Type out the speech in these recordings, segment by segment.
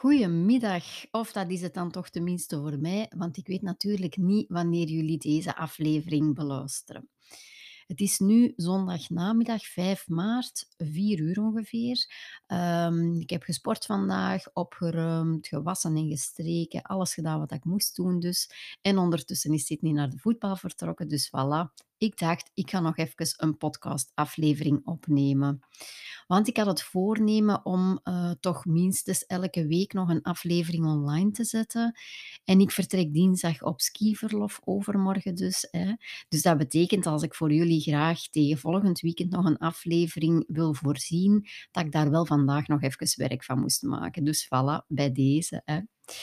Goedemiddag, of dat is het dan toch tenminste voor mij, want ik weet natuurlijk niet wanneer jullie deze aflevering beluisteren. Het is nu zondagnamiddag 5 maart, 4 uur ongeveer. Ik heb gesport vandaag, opgeruimd, gewassen en gestreken, alles gedaan wat ik moest doen dus. En ondertussen is Sydney naar de voetbal vertrokken, dus voilà. Ik dacht, ik ga nog even een podcastaflevering opnemen. Want ik had het voornemen om toch minstens elke week nog een aflevering online te zetten. En ik vertrek dinsdag op skiverlof, overmorgen dus. Hè. Dus dat betekent als ik voor jullie graag tegen volgend weekend nog een aflevering wil voorzien, dat ik daar wel vandaag nog even werk van moest maken. Dus voilà, bij deze. Hè.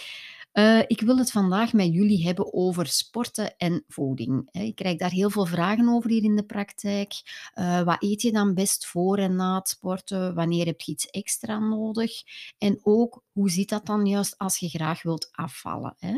Ik wil het vandaag met jullie hebben over sporten en voeding. Hè. Ik krijg daar heel veel vragen over hier in de praktijk. Wat eet je dan best voor en na het sporten? Wanneer heb je iets extra nodig? En ook, hoe zit dat dan juist als je graag wilt afvallen? Hè?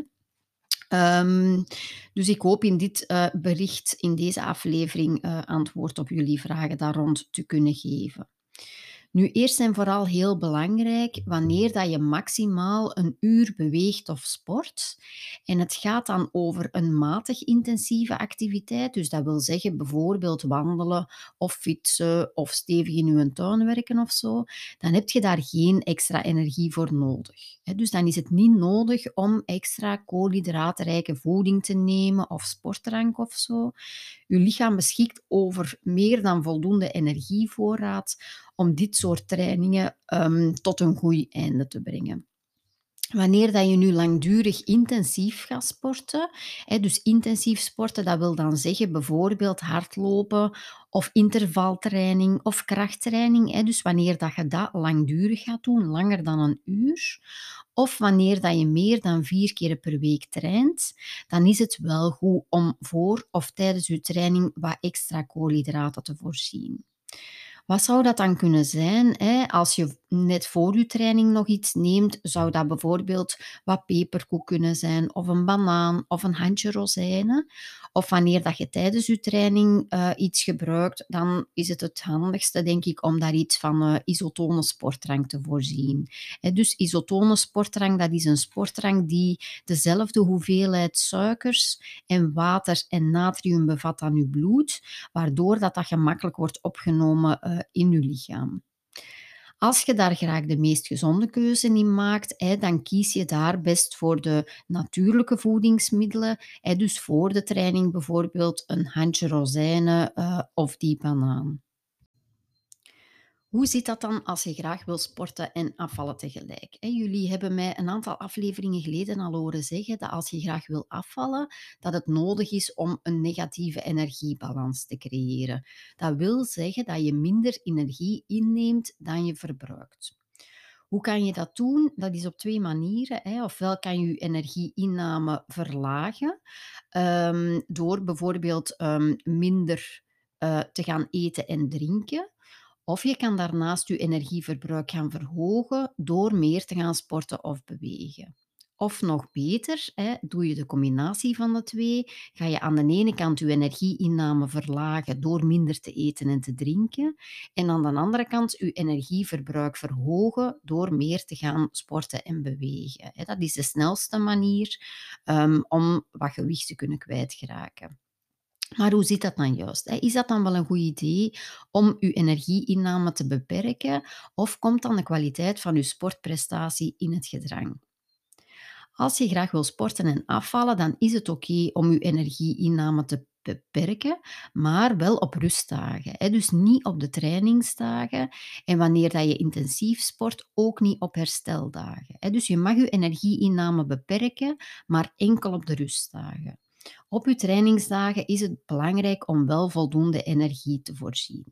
Ehm, dus ik hoop in dit bericht, in deze aflevering, antwoord op jullie vragen daar rond te kunnen geven. Nu, eerst en vooral heel belangrijk, wanneer dat je maximaal een uur beweegt of sport. En het gaat dan over een matig intensieve activiteit. Dus dat wil zeggen bijvoorbeeld wandelen of fietsen of stevig in je tuin werken of zo. Dan heb je daar geen extra energie voor nodig. Dus dan is het niet nodig om extra koolhydraatrijke voeding te nemen of sportdrank of zo. Je lichaam beschikt over meer dan voldoende energievoorraad om dit soort trainingen tot een goed einde te brengen. Wanneer dat je nu langdurig intensief gaat sporten, dus intensief sporten, dat wil dan zeggen bijvoorbeeld hardlopen of intervaltraining of krachttraining. Dus wanneer dat je dat langdurig gaat doen, langer dan een uur, of wanneer dat je meer dan 4 keer per week traint, dan is het wel goed om voor of tijdens je training wat extra koolhydraten te voorzien. Wat zou dat dan kunnen zijn? Hè? Als je net voor je training nog iets neemt, zou dat bijvoorbeeld wat peperkoek kunnen zijn, of een banaan, of een handje rozijnen. Of wanneer dat je tijdens je training iets gebruikt, dan is het het handigste, denk ik, om daar iets van isotone sportdrank te voorzien. Dus isotone sportdrank, dat is een sportdrank die dezelfde hoeveelheid suikers en water en natrium bevat aan je bloed, waardoor dat gemakkelijk wordt opgenomen in je lichaam. Als je daar graag de meest gezonde keuze in maakt, dan kies je daar best voor de natuurlijke voedingsmiddelen. Dus voor de training bijvoorbeeld een handje rozijnen of die banaan. Hoe zit dat dan als je graag wil sporten en afvallen tegelijk? Jullie hebben mij een aantal afleveringen geleden al horen zeggen dat als je graag wil afvallen, dat het nodig is om een negatieve energiebalans te creëren. Dat wil zeggen dat je minder energie inneemt dan je verbruikt. Hoe kan je dat doen? Dat is op twee manieren. Ofwel kan je je energieinname verlagen door bijvoorbeeld minder te gaan eten en drinken. Of je kan daarnaast je energieverbruik gaan verhogen door meer te gaan sporten of bewegen. Of nog beter, doe je de combinatie van de twee, ga je aan de ene kant je energieinname verlagen door minder te eten en te drinken, en aan de andere kant je energieverbruik verhogen door meer te gaan sporten en bewegen. Dat is de snelste manier om wat gewicht te kunnen kwijtraken. Maar hoe zit dat dan juist? Is dat dan wel een goed idee om uw energieinname te beperken, of komt dan de kwaliteit van uw sportprestatie in het gedrang? Als je graag wil sporten en afvallen, dan is het oké om je energieinname te beperken, maar wel op rustdagen. Dus niet op de trainingsdagen, en wanneer dat je intensief sport, ook niet op hersteldagen. Dus je mag je energieinname beperken, maar enkel op de rustdagen. Op uw trainingsdagen is het belangrijk om wel voldoende energie te voorzien.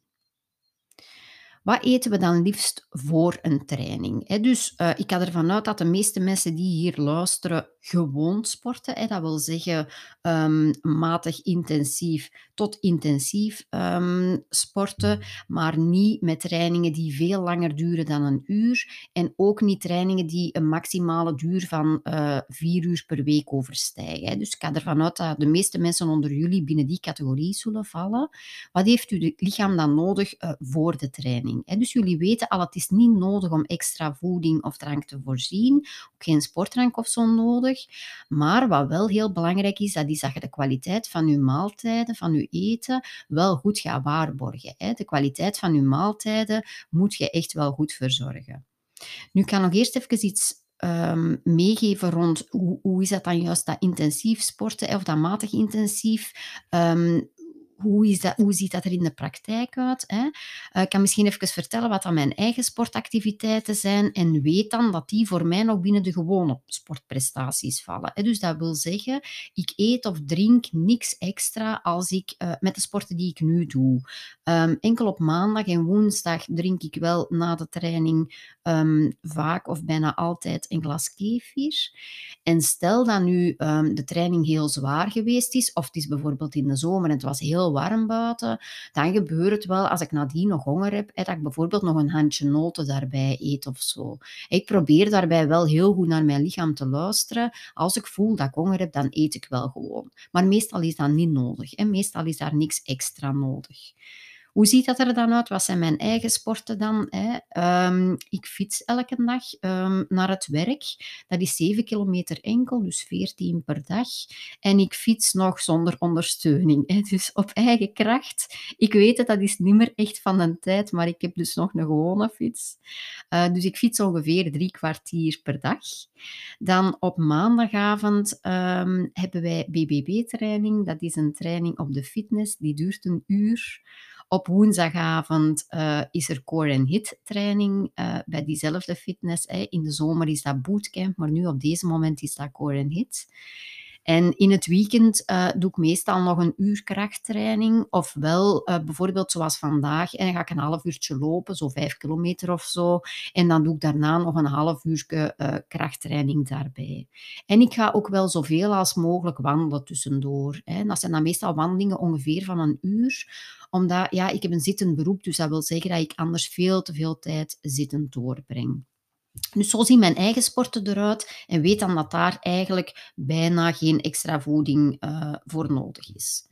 Wat eten we dan liefst voor een training? Dus ik ga ervan uit dat de meeste mensen die hier luisteren gewoon sporten. Dat wil zeggen matig intensief tot intensief sporten, maar niet met trainingen die veel langer duren dan een uur, en ook niet trainingen die een maximale duur van 4 uur per week overstijgen. Dus ik ga ervan uit dat de meeste mensen onder jullie binnen die categorie zullen vallen. Wat heeft uw lichaam dan nodig voor de training? training. Hè. Dus jullie weten al, het is niet nodig om extra voeding of drank te voorzien, ook geen sportdrank of zo nodig. Maar wat wel heel belangrijk is, dat is dat je de kwaliteit van je maaltijden, van je eten, wel goed gaat waarborgen. Hè. De kwaliteit van je maaltijden moet je echt wel goed verzorgen. Nu, ik kan nog eerst even iets meegeven rond hoe is dat dan juist, dat intensief sporten, hè, of dat matig intensief. Ehm, hoe ziet dat er in de praktijk uit? Hè? Ik kan misschien even vertellen wat dan mijn eigen sportactiviteiten zijn en weet dan dat die voor mij nog binnen de gewone sportprestaties vallen. Hè? Dus dat wil zeggen, ik eet of drink niks extra als ik met de sporten die ik nu doe. Enkel op maandag en woensdag drink ik wel na de training vaak of bijna altijd een glas kefir. En stel dat nu de training heel zwaar geweest is, of het is bijvoorbeeld in de zomer en het was heel warm buiten, dan gebeurt het wel, als ik nadien nog honger heb, dat ik bijvoorbeeld nog een handje noten daarbij eet of zo. Ik probeer daarbij wel heel goed naar mijn lichaam te luisteren. Als ik voel dat ik honger heb, dan eet ik wel gewoon. Maar meestal is dat niet nodig. Meestal is daar niks extra nodig. Hoe ziet dat er dan uit? Wat zijn mijn eigen sporten dan? Ik fiets elke dag naar het werk. Dat is 7 kilometer enkel, dus 14 per dag. En ik fiets nog zonder ondersteuning. Dus op eigen kracht. Ik weet het, dat is niet meer echt van een tijd, maar ik heb dus nog een gewone fiets. Dus ik fiets ongeveer 3 kwartier per dag. Dan op maandagavond hebben wij BBB-training. Dat is een training op de fitness, die duurt een uur. Op woensdagavond is er core en hit training bij diezelfde fitness. In de zomer is dat bootcamp, maar nu op deze moment is dat core en hit. En in het weekend doe ik meestal nog een uur krachttraining. Ofwel, bijvoorbeeld zoals vandaag, en dan ga ik een half uurtje lopen, zo 5 kilometer of zo. En dan doe ik daarna nog een half uurtje krachttraining daarbij. En ik ga ook wel zoveel als mogelijk wandelen tussendoor. En dat zijn dan meestal wandelingen ongeveer van een uur. Omdat, ja, ik heb een zittend beroep, dus dat wil zeggen dat ik anders veel te veel tijd zittend doorbreng. Dus zo zien mijn eigen sporten eruit en weet dan dat daar eigenlijk bijna geen extra voeding voor nodig is.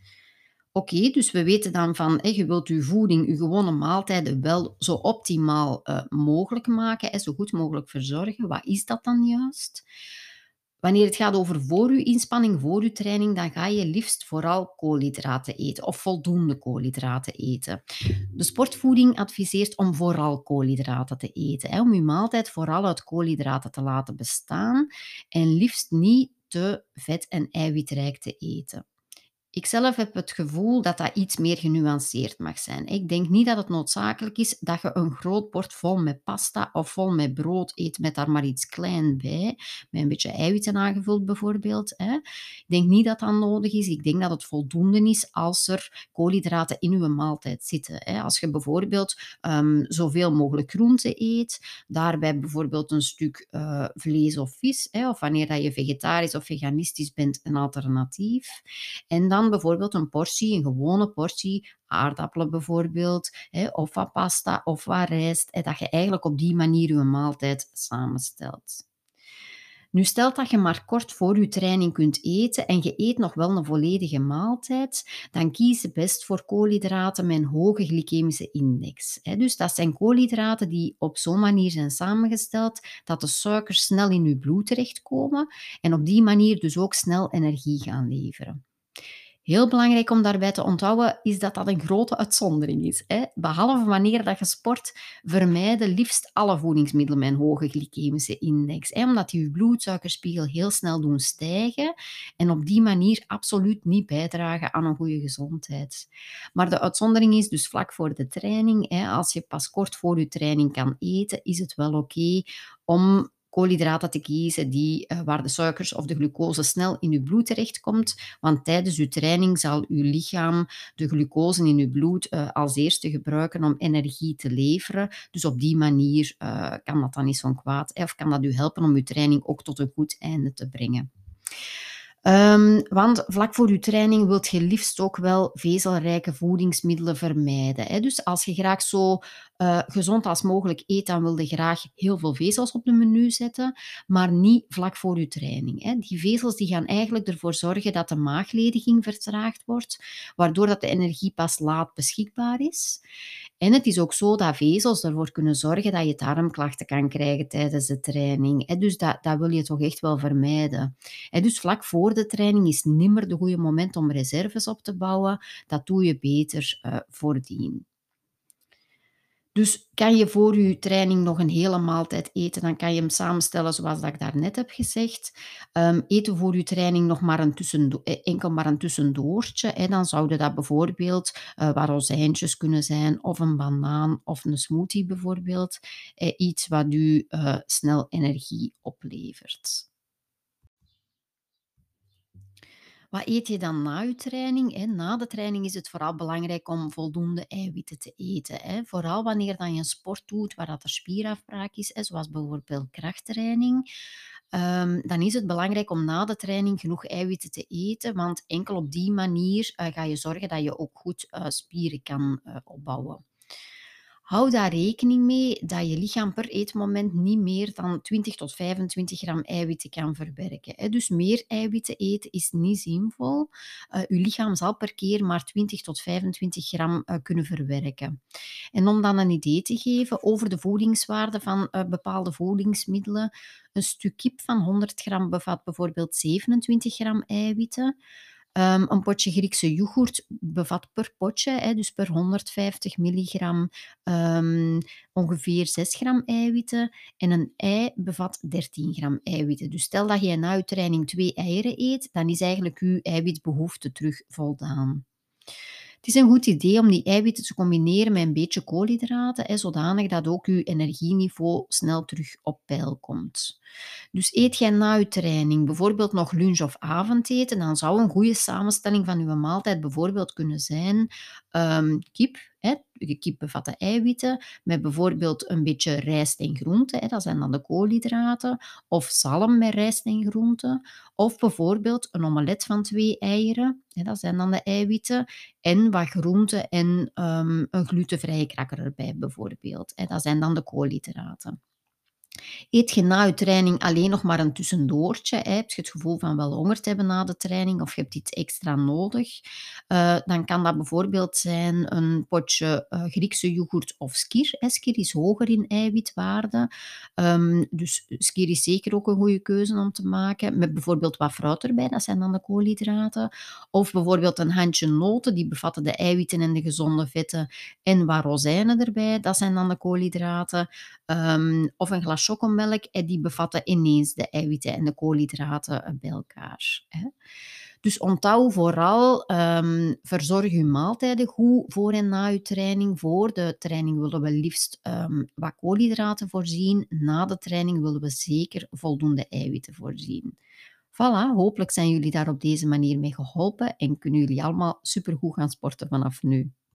Oké, dus we weten dan van, je wilt je voeding, je gewone maaltijden wel zo optimaal mogelijk maken, zo goed mogelijk verzorgen. Wat is dat dan juist? Wanneer het gaat over voor je inspanning, voor je training, dan ga je liefst vooral koolhydraten eten of voldoende koolhydraten eten. De sportvoeding adviseert om vooral koolhydraten te eten, om je maaltijd vooral uit koolhydraten te laten bestaan en liefst niet te vet- en eiwitrijk te eten. Ikzelf heb het gevoel dat dat iets meer genuanceerd mag zijn. Ik denk niet dat het noodzakelijk is dat je een groot bord vol met pasta of vol met brood eet met daar maar iets klein bij, met een beetje eiwitten aangevuld bijvoorbeeld. Ik denk niet dat dat nodig is. Ik denk dat het voldoende is als er koolhydraten in je maaltijd zitten. Als je bijvoorbeeld zoveel mogelijk groente eet, daarbij bijvoorbeeld een stuk vlees of vis, of wanneer dat je vegetarisch of veganistisch bent, een alternatief. En dan bijvoorbeeld een portie, een gewone portie, aardappelen bijvoorbeeld, of wat pasta of wat rijst, dat je eigenlijk op die manier je maaltijd samenstelt. Nu, stel dat je maar kort voor je training kunt eten en je eet nog wel een volledige maaltijd, dan kies je best voor koolhydraten met een hoge glycemische index. Dus dat zijn koolhydraten die op zo'n manier zijn samengesteld dat de suikers snel in je bloed terechtkomen en op die manier dus ook snel energie gaan leveren. Heel belangrijk om daarbij te onthouden is dat dat een grote uitzondering is. Behalve wanneer dat je sport, vermijden liefst alle voedingsmiddelen met een hoge glycemische index. Omdat die je bloedsuikerspiegel heel snel doen stijgen en op die manier absoluut niet bijdragen aan een goede gezondheid. Maar de uitzondering is dus vlak voor de training. Als je pas kort voor je training kan eten, is het wel oké om koolhydraten te kiezen waar de suikers of de glucose snel in je bloed terechtkomt, want tijdens je training zal je lichaam de glucose in je bloed als eerste gebruiken om energie te leveren. Dus op die manier kan dat dan niet zo'n kwaad, of kan dat u helpen om je training ook tot een goed einde te brengen. Want vlak voor je training wilt je liefst ook wel vezelrijke voedingsmiddelen vermijden. Dus als je graag zo gezond als mogelijk eet, dan wil je graag heel veel vezels op de menu zetten, maar niet vlak voor je training. Die vezels die gaan eigenlijk ervoor zorgen dat de maaglediging vertraagd wordt, waardoor dat de energie pas laat beschikbaar is. En het is ook zo dat vezels ervoor kunnen zorgen dat je darmklachten kan krijgen tijdens de training, hè. Dus dat wil je toch echt wel vermijden. Dus vlak voor de training is nimmer de goede moment om reserves op te bouwen. Dat doe je beter, voordien. Dus kan je voor je training nog een hele maaltijd eten, dan kan je hem samenstellen zoals dat ik daarnet heb gezegd. Eten voor je training nog maar enkel maar een tussendoortje, hè, dan zouden dat bijvoorbeeld, wat rozijntjes kunnen zijn of een banaan of een smoothie bijvoorbeeld. Iets wat u, snel energie oplevert. Wat eet je dan na je training? Hè? Na de training is het vooral belangrijk om voldoende eiwitten te eten. Hè? Vooral wanneer dan je een sport doet waar dat er spierafbraak is, hè, zoals bijvoorbeeld krachttraining. Dan is het belangrijk om na de training genoeg eiwitten te eten, want enkel op die manier ga je zorgen dat je ook goed spieren kan opbouwen. Hou daar rekening mee dat je lichaam per eetmoment niet meer dan 20 tot 25 gram eiwitten kan verwerken, hè. Dus meer eiwitten eten is niet zinvol. Je lichaam zal per keer maar 20 tot 25 gram kunnen verwerken. En om dan een idee te geven over de voedingswaarde van bepaalde voedingsmiddelen, een stuk kip van 100 gram bevat bijvoorbeeld 27 gram eiwitten. Een potje Griekse yoghurt bevat per potje, hè, dus per 150 milligram, ehm, ongeveer 6 gram eiwitten en een ei bevat 13 gram eiwitten. Dus stel dat je na je training 2 eieren eet, dan is eigenlijk je eiwitbehoefte terug voldaan. Het is een goed idee om die eiwitten te combineren met een beetje koolhydraten, hè, zodanig dat ook je energieniveau snel terug op peil komt. Dus eet jij na je training bijvoorbeeld nog lunch of avondeten, dan zou een goede samenstelling van uw maaltijd bijvoorbeeld kunnen zijn kip. Hè. De kip bevat de eiwitten met bijvoorbeeld een beetje rijst en groente, hè, dat zijn dan de koolhydraten, of zalm met rijst en groente, of bijvoorbeeld een omelet van 2 eieren, hè, dat zijn dan de eiwitten, en wat groente en een glutenvrije cracker erbij bijvoorbeeld, hè, dat zijn dan de koolhydraten. Eet je na je training alleen nog maar een tussendoortje, hè, heb je het gevoel van wel honger te hebben na de training of je hebt iets extra nodig, dan kan dat bijvoorbeeld zijn een potje Griekse yoghurt of skyr, hè. Skyr is hoger in eiwitwaarde, dus skyr is zeker ook een goede keuze om te maken, met bijvoorbeeld wat fruit erbij, dat zijn dan de koolhydraten. Of bijvoorbeeld een handje noten, die bevatten de eiwitten en de gezonde vetten en wat rozijnen erbij, dat zijn dan de koolhydraten. Of een glas chocomelk, en die bevatten ineens de eiwitten en de koolhydraten bij elkaar, hè. Dus onthoud vooral, verzorg je maaltijden goed voor en na je training. Voor de training willen we liefst wat koolhydraten voorzien. Na de training willen we zeker voldoende eiwitten voorzien. Voilà, hopelijk zijn jullie daar op deze manier mee geholpen en kunnen jullie allemaal supergoed gaan sporten vanaf nu.